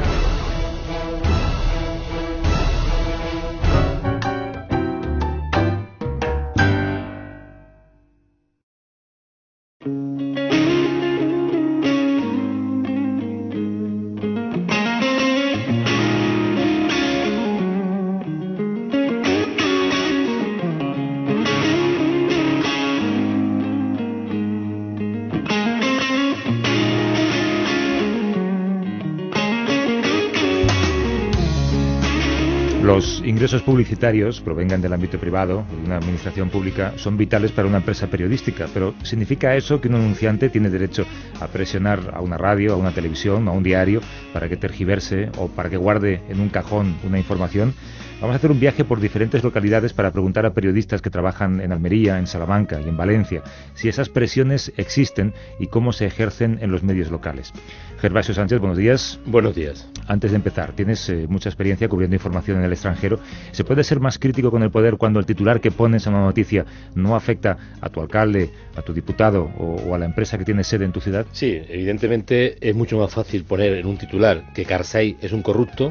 Los ingresos publicitarios, provengan del ámbito privado o de una administración pública, son vitales para una empresa periodística, pero ¿significa eso que un anunciante tiene derecho a presionar a una radio, a una televisión, a un diario, para que tergiverse o para que guarde en un cajón una información? Vamos a hacer un viaje por diferentes localidades para preguntar a periodistas que trabajan en Almería, en Salamanca y en Valencia si esas presiones existen y cómo se ejercen en los medios locales. Gervasio Sánchez, buenos días. Buenos días. Antes de empezar, tienes eh, mucha experiencia cubriendo información en el extranjero. ¿Se puede ser más crítico con el poder cuando el titular que pones a una noticia no afecta a tu alcalde, a tu diputado o, o a la empresa que tiene sede en tu ciudad? Sí, evidentemente es mucho más fácil poner en un titular que Karzai es un corrupto,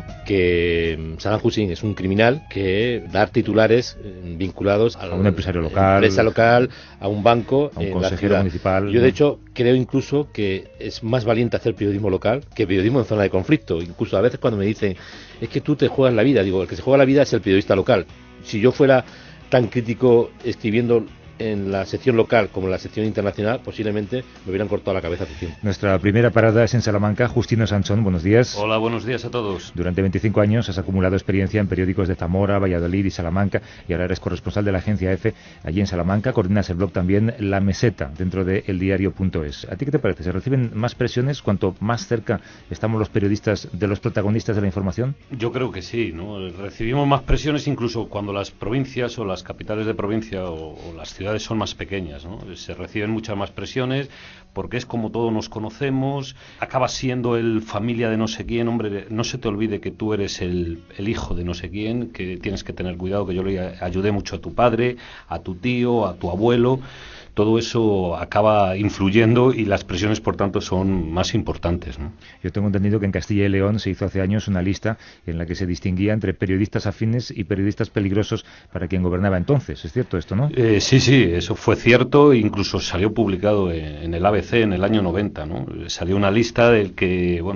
que Saddam Hussein es un criminal, que dar titulares eh, vinculados a, A un empresario local, a una empresa local, a un banco, a un en la consejero ciudad. municipal. Yo, de hecho, creo incluso que es más valiente hacer periodismo local que periodismo en zona de conflicto. Incluso a veces cuando me dicen, es que tú te juegas la vida, digo, el que se juega la vida es el periodista local. Si yo fuera tan crítico escribiendo en la sección local como en la sección internacional, posiblemente me hubieran cortado la cabeza hace tiempo. Nuestra primera parada es en Salamanca. Justino Sanchón, buenos días. Hola, buenos días a todos. Durante veinticinco años has acumulado experiencia en periódicos de Zamora, Valladolid y Salamanca, y ahora eres corresponsal de la agencia EFE allí en Salamanca. Coordinas el blog también La Meseta dentro de eldiario punto es. ¿A ti qué te parece? ¿Se reciben más presiones cuanto más cerca estamos los periodistas de los protagonistas de la información? Yo creo que sí, ¿no? Recibimos más presiones incluso cuando las provincias o las capitales de provincia o, o las ciudades son más pequeñas, ¿no? Se reciben muchas más presiones porque es como todos nos conocemos, acabas siendo el familia de no sé quién. Hombre, no se te olvide que tú eres el, el hijo de no sé quién, que tienes que tener cuidado, que yo le ayudé mucho a tu padre, a tu tío, a tu abuelo. Todo eso acaba influyendo y las presiones, por tanto, son más importantes, ¿no? Yo tengo entendido que en Castilla y León se hizo hace años una lista en la que se distinguía entre periodistas afines y periodistas peligrosos para quien gobernaba entonces. ¿Es cierto esto, no? Eh, sí, sí, eso fue cierto. Incluso salió publicado en, en el A B C en el año noventa, ¿no? Salió una lista del que, bueno,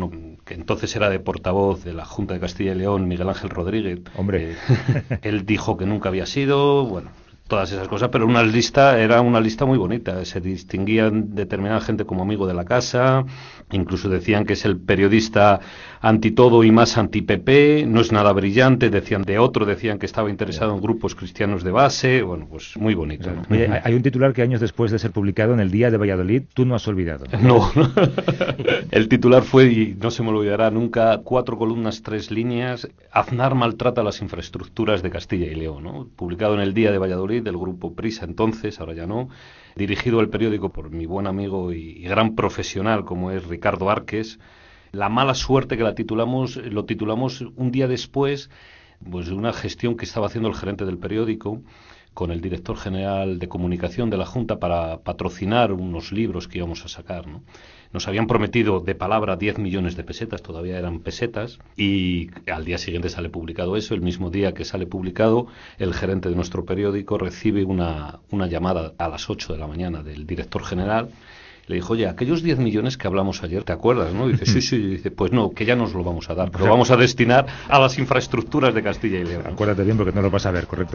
que entonces era de portavoz de la Junta de Castilla y León, Miguel Ángel Rodríguez. Hombre. Eh, él dijo que nunca había sido, bueno, todas esas cosas, pero una lista era una lista muy bonita. Se distinguían determinada gente como amigo de la casa, incluso decían que es el periodista anti todo y más anti P P, no es nada brillante, decían de otro, decían que estaba interesado en grupos cristianos de base, bueno, pues muy bonito, ¿no? Oye, hay un titular que años después de ser publicado en el Día de Valladolid, tú no has olvidado. No, el titular fue, y no se me olvidará nunca, cuatro columnas, tres líneas, Aznar maltrata las infraestructuras de Castilla y León, ¿no? Publicado en el Día de Valladolid, del grupo Prisa entonces, ahora ya no, dirigido el periódico por mi buen amigo y, y gran profesional como es Ricardo Arques. La mala suerte que la titulamos, lo titulamos un día después, pues, de una gestión que estaba haciendo el gerente del periódico con el director general de comunicación de la Junta para patrocinar unos libros que íbamos a sacar, ¿no? Nos habían prometido de palabra diez millones de pesetas, todavía eran pesetas, y al día siguiente sale publicado eso. El mismo día que sale publicado, el gerente de nuestro periódico recibe una, una llamada a las ocho de la mañana del director general. Le dijo, oye, aquellos diez millones que hablamos ayer, ¿te acuerdas, no? Y dice, sí, sí. Y dice, pues no, que ya nos lo vamos a dar, lo vamos a destinar a las infraestructuras de Castilla y León. Acuérdate bien porque no lo vas a ver, correcto.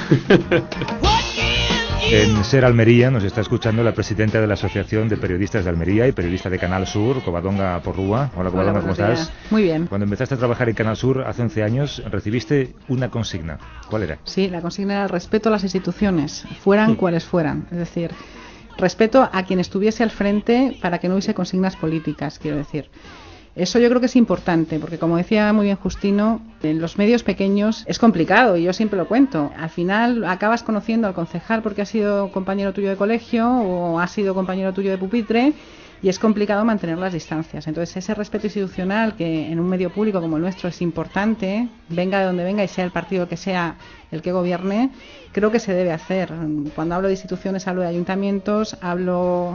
En Ser Almería nos está escuchando la presidenta de la Asociación de Periodistas de Almería y periodista de Canal Sur, Covadonga Porrúa. Hola, Covadonga, Hola, ¿cómo estás? días. Muy bien. Cuando empezaste a trabajar en Canal Sur hace once años, recibiste una consigna. ¿Cuál era? Sí, la consigna era el respeto a las instituciones, fueran cuales fueran. Es decir, respeto a quien estuviese al frente para que no hubiese consignas políticas, quiero decir. Eso yo creo que es importante, porque como decía muy bien Justino, en los medios pequeños es complicado, y yo siempre lo cuento. Al final acabas conociendo al concejal porque ha sido compañero tuyo de colegio o ha sido compañero tuyo de pupitre, y es complicado mantener las distancias. Entonces ese respeto institucional, que en un medio público como el nuestro es importante, venga de donde venga y sea el partido que sea el que gobierne, creo que se debe hacer. Cuando hablo de instituciones hablo de ayuntamientos, hablo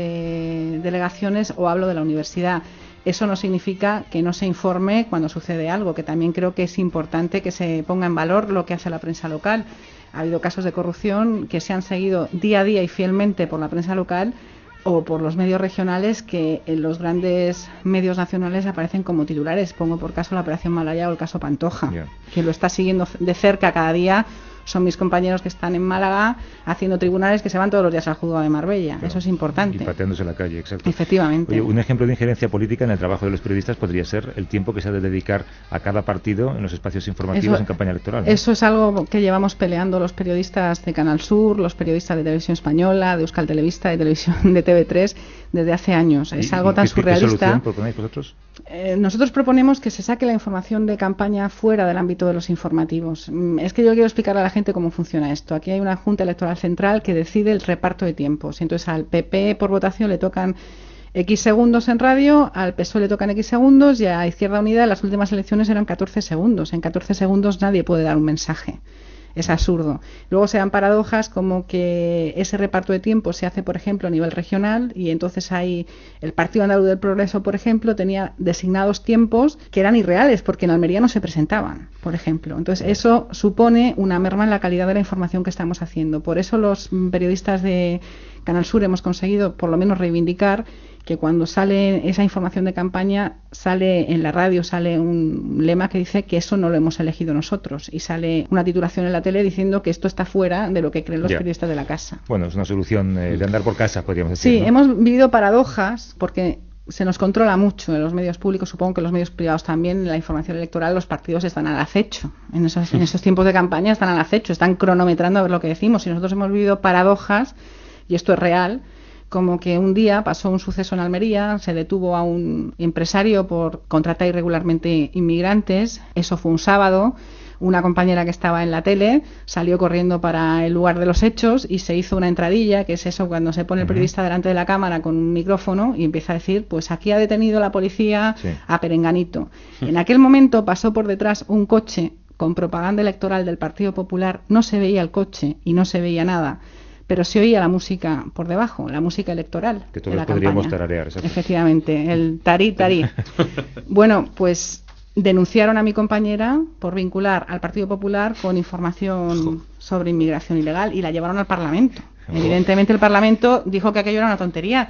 de delegaciones o hablo de la universidad. Eso no significa que no se informe cuando sucede algo, que también creo que es importante que se ponga en valor lo que hace la prensa local. Ha habido casos de corrupción que se han seguido día a día y fielmente por la prensa local o por los medios regionales, que en los grandes medios nacionales aparecen como titulares. Pongo por caso la Operación Malaya o el caso Pantoja, yeah. que lo está siguiendo de cerca cada día. Son mis compañeros que están en Málaga haciendo tribunales que se van todos los días al juzgado de Marbella. Claro. Eso es importante. Y pateándose en la calle, exacto. Efectivamente. Oye, un ejemplo de injerencia política en el trabajo de los periodistas podría ser el tiempo que se ha de dedicar a cada partido en los espacios informativos eso, en campaña electoral, ¿no? Eso es algo que llevamos peleando los periodistas de Canal Sur, los periodistas de Televisión Española, de Euskal Televista, de Televisión de T V tres, desde hace años. Es algo tan ¿qué, surrealista. ¿Qué solución proponéis vosotros? Eh, nosotros proponemos que se saque la información de campaña fuera del ámbito de los informativos. Es que yo quiero explicar a la gente cómo funciona esto. Aquí hay una Junta Electoral Central que decide el reparto de tiempos. Entonces al P P por votación le tocan X segundos en radio, al P S O E le tocan X segundos y a Izquierda Unida en las últimas elecciones eran catorce segundos. En catorce segundos nadie puede dar un mensaje. Es absurdo. Luego se dan paradojas como que ese reparto de tiempo se hace, por ejemplo, a nivel regional, y entonces hay el Partido Andaluz del Progreso, por ejemplo, tenía designados tiempos que eran irreales porque en Almería no se presentaban, por ejemplo. Entonces eso supone una merma en la calidad de la información que estamos haciendo. Por eso los periodistas de Canal Sur hemos conseguido por lo menos reivindicar que cuando sale esa información de campaña, sale en la radio, sale un lema que dice que eso no lo hemos elegido nosotros, y sale una titulación en la tele diciendo que esto está fuera de lo que creen los yeah. periodistas de la casa. Bueno, es una solución eh, de andar por casa, podríamos decir. Sí, ¿no? Hemos vivido paradojas porque se nos controla mucho en los medios públicos, supongo que en los medios privados también, en la información electoral los partidos están al acecho, en esos, en esos tiempos de campaña están al acecho, están cronometrando a ver lo que decimos, y nosotros hemos vivido paradojas, y esto es real, como que un día pasó un suceso en Almería, se detuvo a un empresario por contratar irregularmente inmigrantes, eso fue un sábado, una compañera que estaba en la tele salió corriendo para el lugar de los hechos y se hizo una entradilla, que es eso cuando se pone el periodista delante de la cámara con un micrófono y empieza a decir, pues aquí ha detenido la policía sí. a Perenganito. En aquel momento pasó por detrás un coche con propaganda electoral del Partido Popular, no se veía el coche y no se veía nada, pero se oía la música por debajo, la música electoral. Que todos de la podríamos campaña. tararear. Exacto. Efectivamente, el tarí, tarí. Bueno, pues denunciaron a mi compañera por vincular al Partido Popular con información sobre inmigración ilegal y la llevaron al Parlamento. Evidentemente el Parlamento dijo que aquello era una tontería,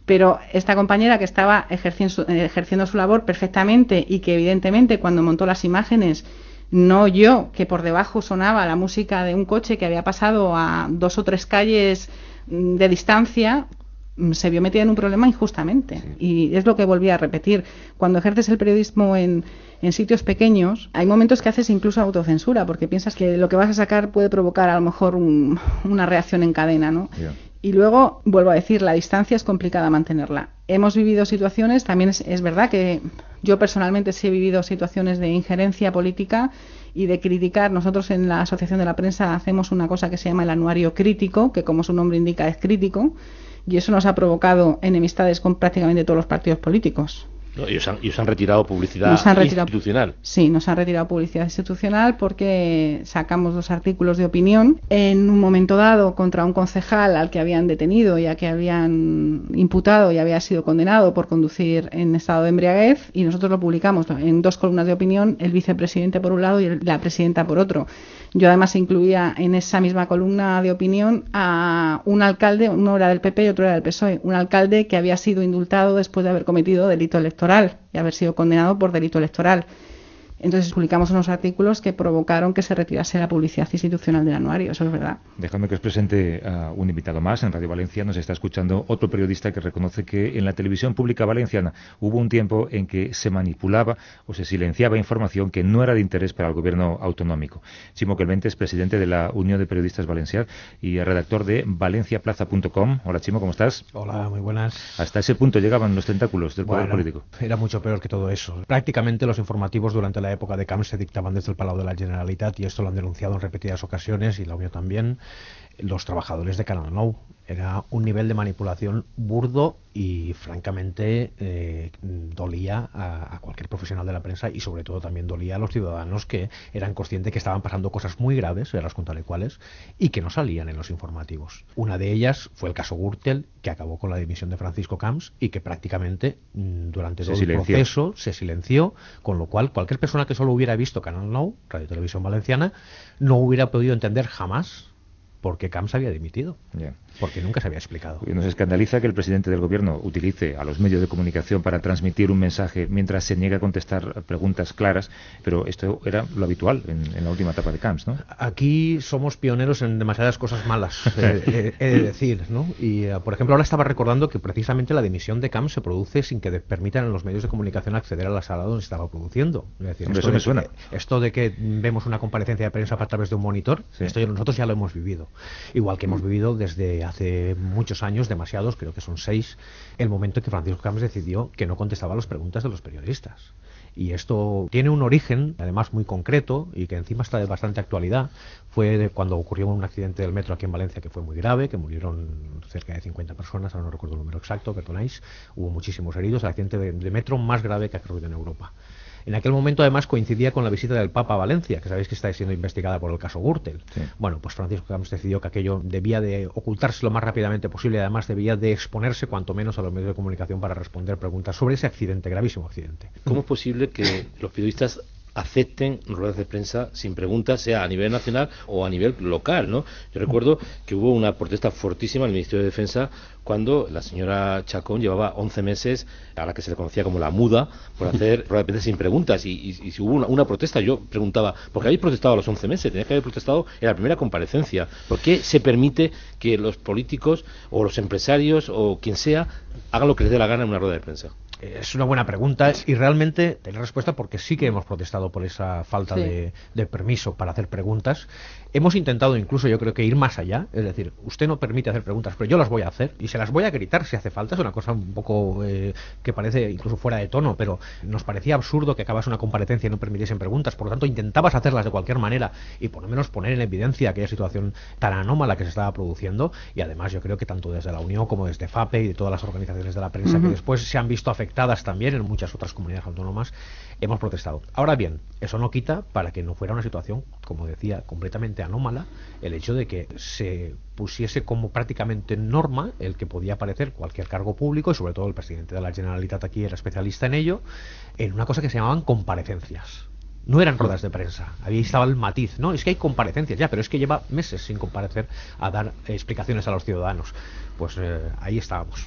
Pero esta compañera que estaba ejerciendo, ejerciendo su labor perfectamente y que evidentemente cuando montó las imágenes no oyó que por debajo sonaba la música de un coche que había pasado a dos o tres calles de distancia, se vio metida en un problema injustamente. Sí. Y es lo que volví a repetir. Cuando ejerces el periodismo en, en sitios pequeños, hay momentos que haces incluso autocensura, porque piensas que lo que vas a sacar puede provocar a lo mejor un, una reacción en cadena, ¿no? Yeah. Y luego, vuelvo a decir, la distancia es complicada mantenerla. Hemos vivido situaciones, también es, es verdad que yo personalmente sí he vivido situaciones de injerencia política y de criticar. Nosotros en la Asociación de la Prensa hacemos una cosa que se llama el anuario crítico, que como su nombre indica es crítico, y eso nos ha provocado enemistades con prácticamente todos los partidos políticos. No, y, os han, y os han retirado publicidad nos han retirado, institucional. Sí, nos han retirado publicidad institucional porque sacamos dos artículos de opinión en un momento dado contra un concejal al que habían detenido y a que habían imputado y había sido condenado por conducir en estado de embriaguez, y nosotros lo publicamos en dos columnas de opinión, el vicepresidente por un lado y la presidenta por otro. Yo además incluía en esa misma columna de opinión a un alcalde, uno era del P P y otro era del P S O E, un alcalde que había sido indultado después de haber cometido delito electoral y haber sido condenado por delito electoral. Entonces publicamos unos artículos que provocaron que se retirase la publicidad institucional del anuario, eso es verdad. Dejadme que os presente a un invitado más. En Radio Valencia nos está escuchando otro periodista que reconoce que en la televisión pública valenciana hubo un tiempo en que se manipulaba o se silenciaba información que no era de interés para el gobierno autonómico. Chimo Quelmente es presidente de la Unión de Periodistas Valencians y redactor de valenciaplaza punto com. Hola Chimo, ¿cómo estás? Hola, muy buenas. Hasta ese punto llegaban los tentáculos del poder bueno, político. Era mucho peor que todo eso. Prácticamente los informativos durante la época de Camps se dictaban desde el Palau de la Generalitat, y esto lo han denunciado en repetidas ocasiones, y la Unión también, los trabajadores de Canal nou. Era un nivel de manipulación burdo y francamente eh, dolía a, a cualquier profesional de la prensa, y sobre todo también dolía a los ciudadanos que eran conscientes que estaban pasando cosas muy graves, ya las contaré cuáles, y que no salían en los informativos. Una de ellas fue el caso Gürtel, que acabó con la dimisión de Francisco Camps y que prácticamente mmm, durante todo el proceso se silenció, con lo cual cualquier persona que solo hubiera visto Canal nou, Radio Televisión Valenciana, no hubiera podido entender jamás por qué Camps había dimitido. Yeah. Porque nunca se había explicado. Nos escandaliza que el presidente del gobierno utilice a los medios de comunicación para transmitir un mensaje mientras se niega a contestar preguntas claras, pero esto era lo habitual en, en la última etapa de Camps, ¿no? Aquí somos pioneros en demasiadas cosas malas, eh, he de decir, ¿no? Y, uh, por ejemplo, ahora estaba recordando que precisamente la dimisión de Camps se produce sin que de, permitan a los medios de comunicación acceder a la sala donde se estaba produciendo. Es decir, esto, eso me suena. Que, esto de que vemos una comparecencia de prensa a través de un monitor, sí. Esto ya, nosotros ya lo hemos vivido. Igual que hemos vivido desde hace muchos años, demasiados, creo que son seis, el momento en que Francisco Camps decidió que no contestaba las preguntas de los periodistas. Y esto tiene un origen, además muy concreto, y que encima está de bastante actualidad. Fue de cuando ocurrió un accidente del metro aquí en Valencia que fue muy grave, que murieron cerca de cincuenta personas, ahora no recuerdo el número exacto, perdonáis, hubo muchísimos heridos, el accidente de, de metro más grave que ha ocurrido en Europa. En aquel momento, además, coincidía con la visita del Papa a Valencia, que sabéis que está siendo investigada por el caso Gürtel. Sí. Bueno, pues Francisco Camps decidió que aquello debía de ocultarse lo más rápidamente posible, y además debía de exponerse cuanto menos a los medios de comunicación para responder preguntas sobre ese accidente, gravísimo accidente. ¿Cómo es posible que los periodistas acepten ruedas de prensa sin preguntas, sea a nivel nacional o a nivel local, ¿no? Yo recuerdo que hubo una protesta fortísima en el Ministerio de Defensa cuando la señora Chacón llevaba once meses, a la que se le conocía como la muda, por hacer ruedas de prensa sin preguntas, y, y, y si hubo una, una protesta, yo preguntaba, ¿por qué habéis protestado a los once meses? Teníais que haber protestado en la primera comparecencia. ¿Por qué se permite que los políticos o los empresarios o quien sea hagan lo que les dé la gana en una rueda de prensa? Es una buena pregunta y realmente tener respuesta, porque sí que hemos protestado por esa falta sí. de, de permiso para hacer preguntas. Hemos intentado incluso, yo creo que ir más allá, es decir, usted no permite hacer preguntas, pero yo las voy a hacer y se las voy a gritar si hace falta. Es una cosa un poco eh, que parece incluso fuera de tono, pero nos parecía absurdo que acabas una comparecencia y no permitiesen preguntas. Por lo tanto, intentabas hacerlas de cualquier manera y por lo menos poner en evidencia aquella situación tan anómala que se estaba produciendo. Y además yo creo que tanto desde la Unión como desde FAPE y de todas las organizaciones de la prensa uh-huh. que después se han visto afectadas también en muchas otras comunidades autónomas, hemos protestado. Ahora bien, eso no quita para que no fuera una situación, como decía, completamente anómala, el hecho de que se pusiese como prácticamente norma el que podía aparecer cualquier cargo público, y sobre todo el presidente de la Generalitat aquí era especialista en ello, en una cosa que se llamaban comparecencias. No eran ruedas de prensa, ahí estaba el matiz, ¿no? Es que hay comparecencias ya, pero es que lleva meses sin comparecer a dar eh, explicaciones a los ciudadanos. Pues eh, ahí estábamos.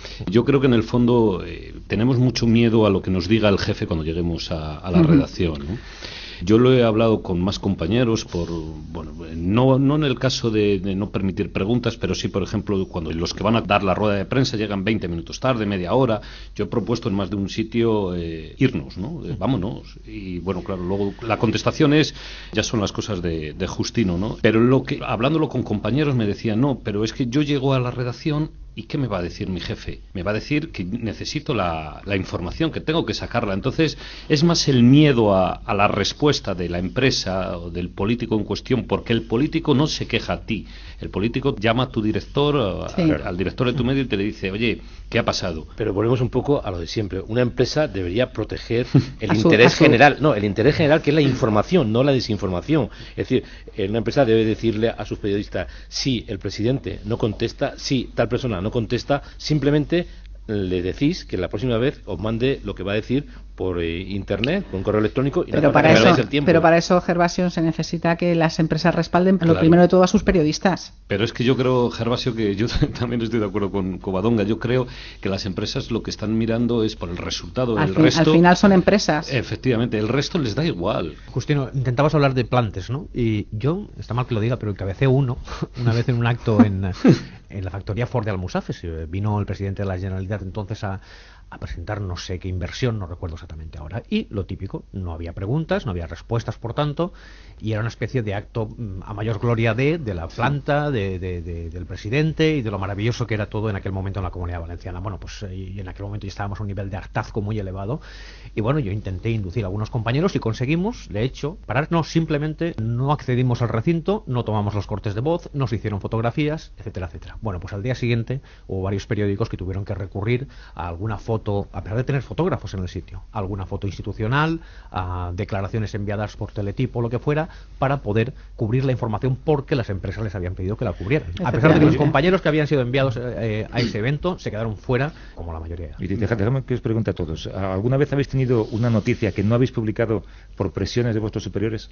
Yo creo que en el fondo eh, tenemos mucho miedo a lo que nos diga el jefe cuando lleguemos a, a la uh-huh. redacción, ¿no? Yo lo he hablado con más compañeros por, bueno, no, no en el caso de, de no permitir preguntas, pero sí, por ejemplo, cuando los que van a dar la rueda de prensa llegan veinte minutos tarde, media hora. Yo he propuesto en más de un sitio eh, irnos, ¿no? Eh, vámonos. Y bueno, claro, luego la contestación es, ya son las cosas de, de Justino, ¿no? Pero lo que, hablándolo con compañeros me decían, no, pero es que yo llego a la redacción. ¿Y qué me va a decir mi jefe? Me va a decir que necesito la, la información, que tengo que sacarla. Entonces, es más el miedo a, a la respuesta de la empresa o del político en cuestión, porque el político no se queja a ti. El político llama a tu director, sí. a, al director de tu medio y te le dice, oye, ¿qué ha pasado? Pero volvemos un poco a lo de siempre. Una empresa debería proteger el su, interés su... general. No, el interés general, que es la información, no la desinformación. Es decir, una empresa debe decirle a sus periodistas, si el presidente no contesta, si tal persona no contesta, simplemente le decís que la próxima vez os mande lo que va a decir por eh, internet, con correo electrónico, y pero, para eso, el tiempo. Pero para eso, Gervasio, se necesita que las empresas respalden claro. lo primero de todo a sus periodistas. Pero es que yo creo, Gervasio, que yo también estoy de acuerdo con Covadonga. Yo creo que las empresas lo que están mirando es por el resultado. Al, el fin, resto, al final son empresas. Efectivamente, el resto les da igual. Justino, intentabas hablar de plantes, ¿no? Y yo, está mal que lo diga, pero encabecé uno, una vez en un acto en, en la factoría Ford de Almusafes. Vino el presidente de la Generalitat entonces a a presentar no sé qué inversión, no recuerdo exactamente ahora, y lo típico, no había preguntas, no había respuestas, por tanto, y era una especie de acto a mayor gloria de, de la planta, de, de, de, del presidente y de lo maravilloso que era todo en aquel momento en la Comunidad Valenciana. Bueno, pues y en aquel momento ya estábamos a un nivel de hartazgo muy elevado, y bueno, yo intenté inducir a algunos compañeros y conseguimos, de hecho, pararnos. Simplemente no accedimos al recinto, no tomamos los cortes de voz, no se hicieron fotografías, etcétera, etcétera. Bueno, pues al día siguiente hubo varios periódicos que tuvieron que recurrir a alguna foto Foto, a pesar de tener fotógrafos en el sitio, alguna foto institucional, a declaraciones enviadas por teletipo o lo que fuera, para poder cubrir la información porque las empresas les habían pedido que la cubrieran. A pesar de que los compañeros que habían sido enviados eh, a ese evento se quedaron fuera, como la mayoría. Y déjame que os pregunte a todos, ¿alguna vez habéis tenido una noticia que no habéis publicado por presiones de vuestros superiores?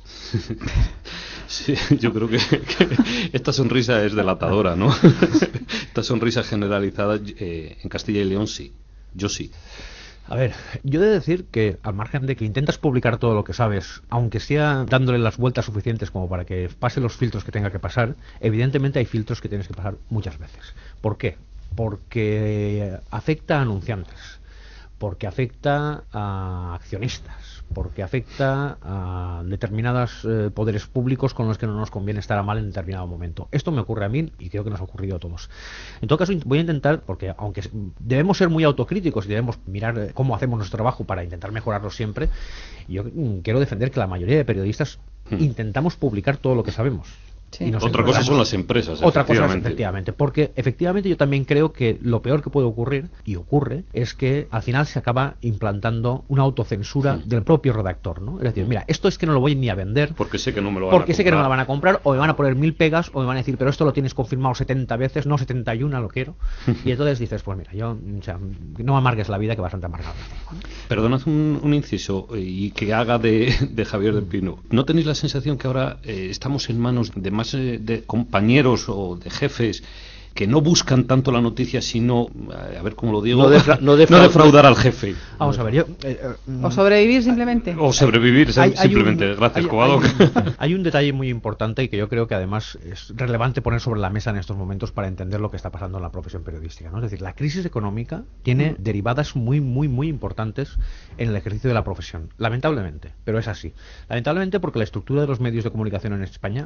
Sí, yo creo que, que esta sonrisa es delatadora, ¿no? Esta sonrisa generalizada eh, en Castilla y León sí. Yo sí. A ver, yo he de decir que al margen de que intentas publicar todo lo que sabes, aunque sea dándole las vueltas suficientes como para que pase los filtros que tenga que pasar, evidentemente hay filtros que tienes que pasar muchas veces. ¿Por qué? Porque afecta a anunciantes, porque afecta a accionistas, porque afecta a determinados eh, poderes públicos con los que no nos conviene estar a mal en determinado momento. Esto me ocurre a mí y creo que nos ha ocurrido a todos. En todo caso, voy a intentar, porque aunque debemos ser muy autocríticos y debemos mirar cómo hacemos nuestro trabajo para intentar mejorarlo siempre, yo mm, quiero defender que la mayoría de periodistas hmm. intentamos publicar todo lo que sabemos. Sí. Otra cosa son las empresas. Otra cosa es, efectivamente, porque efectivamente yo también creo que lo peor que puede ocurrir, y ocurre, es que al final se acaba implantando una autocensura sí. del propio redactor, ¿no? Es decir, mira, esto es que no lo voy ni a vender porque sé que no me lo van porque a sé que no me lo van a comprar, o me van a poner mil pegas, o me van a decir, pero esto lo tienes confirmado setenta veces, no setenta y una, lo quiero. Y entonces dices, pues mira, yo, o sea, no me amargues la vida, que bastante amargado. Perdonad un, un inciso y que haga de, de Javier del Pino. ¿No tenéis la sensación que ahora eh, estamos en manos de más de compañeros o de jefes que no buscan tanto la noticia, sino, a ver cómo lo digo, no, defra no, defra no defraudar al jefe? Vamos a ver, yo... Eh, eh, o sobrevivir simplemente. O sobrevivir hay, simplemente, hay un, gracias, Covadonga. Hay, hay un detalle muy importante y que yo creo que además es relevante poner sobre la mesa en estos momentos para entender lo que está pasando en la profesión periodística, ¿no? Es decir, la crisis económica tiene mm. derivadas muy, muy, muy importantes en el ejercicio de la profesión, lamentablemente, pero es así. Lamentablemente porque la estructura de los medios de comunicación en España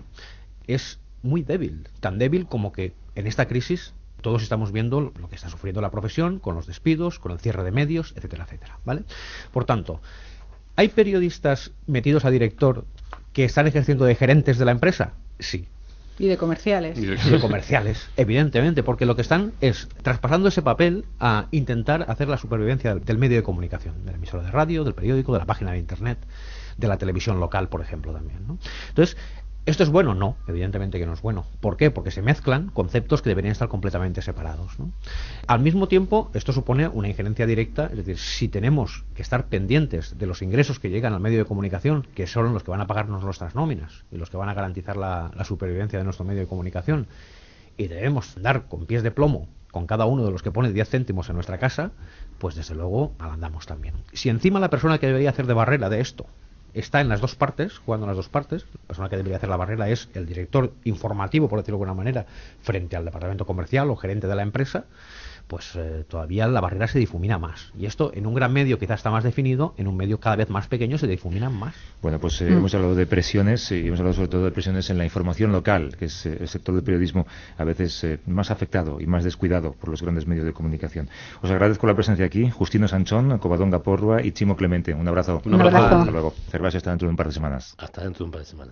es muy débil, tan débil como que en esta crisis todos estamos viendo lo que está sufriendo la profesión, con los despidos, con el cierre de medios, etcétera, etcétera, ¿vale? Por tanto, ¿hay periodistas metidos a director que están ejerciendo de gerentes de la empresa? Sí. Y de comerciales. Y de comerciales, evidentemente, porque lo que están es traspasando ese papel a intentar hacer la supervivencia del medio de comunicación, de la emisora de radio, del periódico, de la página de internet, de la televisión local, por ejemplo, también, ¿no? Entonces, ¿esto es bueno? No, evidentemente que no es bueno. ¿Por qué? Porque se mezclan conceptos que deberían estar completamente separados, ¿no? Al mismo tiempo, esto supone una injerencia directa, es decir, si tenemos que estar pendientes de los ingresos que llegan al medio de comunicación, que son los que van a pagarnos nuestras nóminas y los que van a garantizar la, la supervivencia de nuestro medio de comunicación, y debemos andar con pies de plomo con cada uno de los que pone diez céntimos en nuestra casa, pues desde luego mal andamos también. Si encima la persona que debería hacer de barrera de esto está en las dos partes, jugando en las dos partes, la persona que debería hacer la barrera es el director informativo, por decirlo de alguna manera, frente al departamento comercial o gerente de la empresa, pues eh, todavía la barrera se difumina más. Y esto en un gran medio quizás está más definido, en un medio cada vez más pequeño se difuminan más. Bueno, pues eh, Mm. hemos hablado de presiones y hemos hablado sobre todo de presiones en la información local, que es eh, el sector del periodismo a veces eh, más afectado y más descuidado por los grandes medios de comunicación. Os agradezco la presencia aquí, Justino Sanchón, Covadonga Porrua y Chimo Clemente. Un abrazo. Un abrazo. Hasta luego. Cervás está dentro de un par de semanas. Hasta dentro de un par de semanas.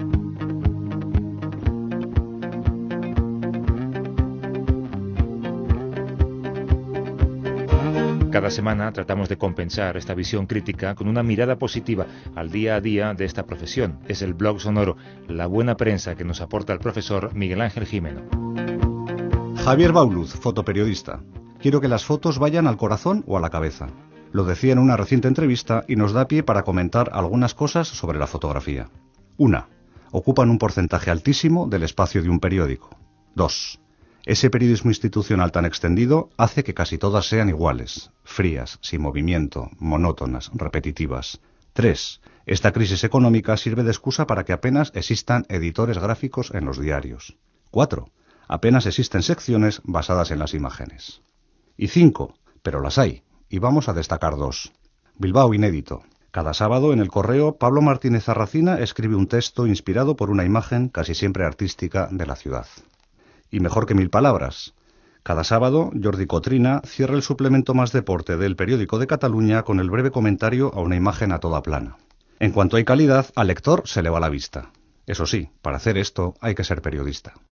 Cada semana tratamos de compensar esta visión crítica con una mirada positiva al día a día de esta profesión. Es el blog sonoro, la buena prensa que nos aporta el profesor Miguel Ángel Jimeno. Javier Bauluz, fotoperiodista. Quiero que las fotos vayan al corazón o a la cabeza. Lo decía en una reciente entrevista y nos da pie para comentar algunas cosas sobre la fotografía. Una, ocupan un porcentaje altísimo del espacio de un periódico. Dos, ese periodismo institucional tan extendido hace que casi todas sean iguales, frías, sin movimiento, monótonas, repetitivas. Tres, esta crisis económica sirve de excusa para que apenas existan editores gráficos en los diarios. Cuatro, apenas existen secciones basadas en las imágenes. Y cinco, pero las hay, y vamos a destacar dos. Bilbao Inédito. Cada sábado en El Correo, Pablo Martínez Arracina escribe un texto inspirado por una imagen casi siempre artística de la ciudad. Y mejor que mil palabras. Cada sábado, Jordi Cotrina cierra el suplemento Más Deporte del Periódico de Cataluña con el breve comentario a una imagen a toda plana. En cuanto hay calidad, al lector se le va la vista. Eso sí, para hacer esto hay que ser periodista.